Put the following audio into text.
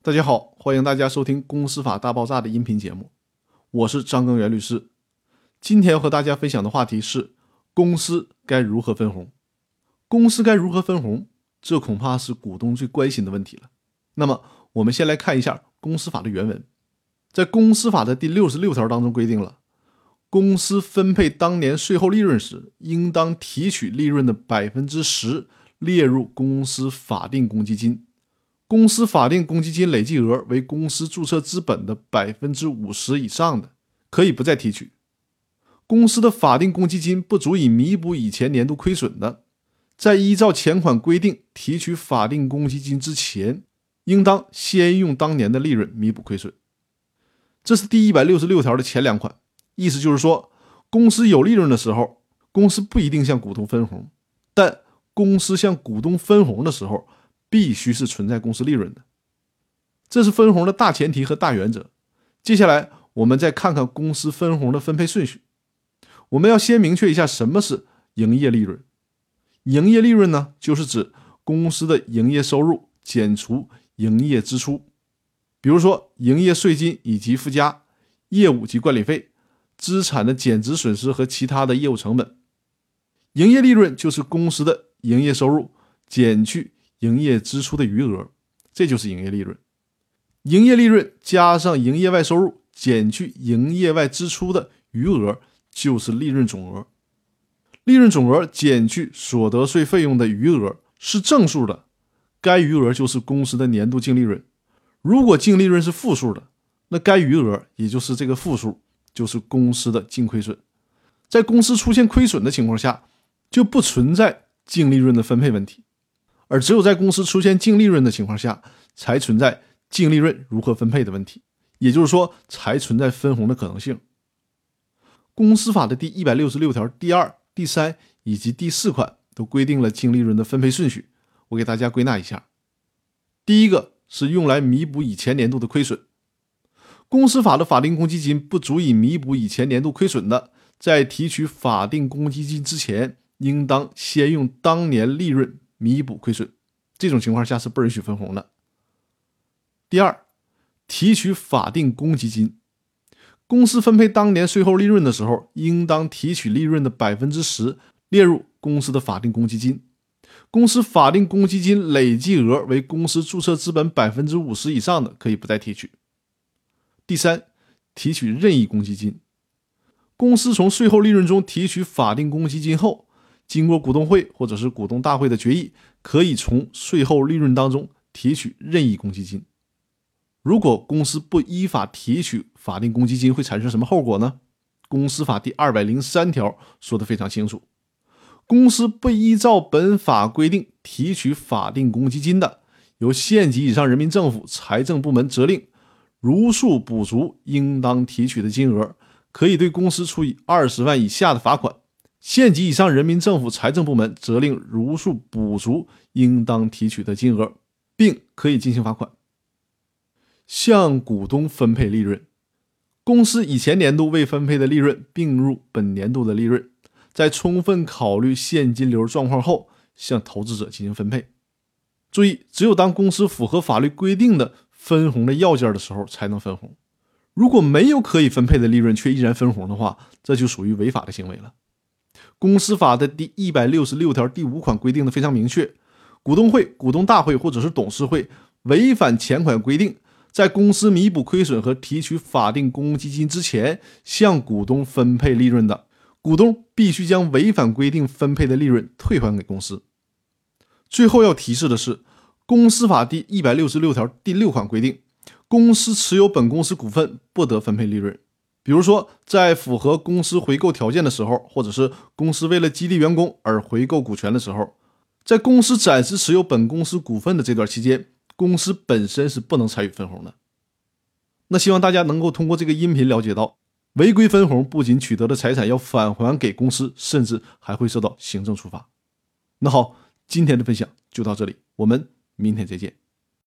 大家好，欢迎大家收听公司法大爆炸的音频节目，我是张根源律师。今天要和大家分享的话题是公司该如何分红。公司该如何分红，这恐怕是股东最关心的问题了。那么我们先来看一下公司法的原文。在公司法的第66条当中规定了，公司分配当年税后利润时，应当提取利润的 10% 列入公司法定公积金。公司法定公积金累计额为公司注册资本的 50% 以上的，可以不再提取。公司的法定公积金不足以弥补以前年度亏损的，在依照前款规定提取法定公积金之前，应当先用当年的利润弥补亏损。这是第166条的前两款，意思就是说，公司有利润的时候，公司不一定向股东分红，但公司向股东分红的时候，必须是存在公司利润的。这是分红的大前提和大原则。接下来我们再看看公司分红的分配顺序。我们要先明确一下什么是营业利润。营业利润呢，就是指公司的营业收入减除营业支出，比如说营业税金以及附加、业务及管理费、资产的减值损失和其他的业务成本。营业利润就是公司的营业收入减去营业支出的余额，这就是营业利润。营业利润加上营业外收入减去营业外支出的余额，就是利润总额。利润总额减去所得税费用的余额是正数的，该余额就是公司的年度净利润。如果净利润是负数的，那该余额也就是这个负数，就是公司的净亏损。在公司出现亏损的情况下，就不存在净利润的分配问题，而只有在公司出现净利润的情况下，才存在净利润如何分配的问题，也就是说，才存在分红的可能性。公司法的第166条第2、第3以及第4款都规定了净利润的分配顺序，我给大家归纳一下。第一个是用来弥补以前年度的亏损。公司法的法定公积金不足以弥补以前年度亏损的，在提取法定公积金之前，应当先用当年利润弥补亏损，这种情况下是不允许分红的。第二，提取法定公积金。公司分配当年税后利润的时候，应当提取利润的 10% 列入公司的法定公积金。公司法定公积金累计额为公司注册资本 50% 以上的，可以不再提取。第三，提取任意公积金。公司从税后利润中提取法定公积金后，经过股东会或者是股东大会的决议，可以从税后利润当中提取任意公积金。如果公司不依法提取法定公积金，会产生什么后果呢？公司法第203条说得非常清楚，公司不依照本法规定提取法定公积金的，由县级以上人民政府财政部门责令如数补足应当提取的金额，可以对公司处以20万以下的罚款。县级以上人民政府财政部门责令如数补足应当提取的金额，并可以进行罚款。向股东分配利润。公司以前年度未分配的利润并入本年度的利润，在充分考虑现金流状况后，向投资者进行分配。注意，只有当公司符合法律规定的分红的要件的时候才能分红。如果没有可以分配的利润却依然分红的话，这就属于违法的行为了。公司法的第166条第5款规定的非常明确，股东会、股东大会或者是董事会违反前款规定，在公司弥补亏损和提取法定公积金之前向股东分配利润的，股东必须将违反规定分配的利润退还给公司。最后要提示的是，公司法第166条第6款规定，公司持有本公司股份不得分配利润。比如说，在符合公司回购条件的时候，或者是公司为了激励员工而回购股权的时候，在公司暂时持有本公司股份的这段期间，公司本身是不能参与分红的。那希望大家能够通过这个音频了解到，违规分红不仅取得的财产要返还给公司，甚至还会受到行政处罚。那好，今天的分享就到这里，我们明天再见。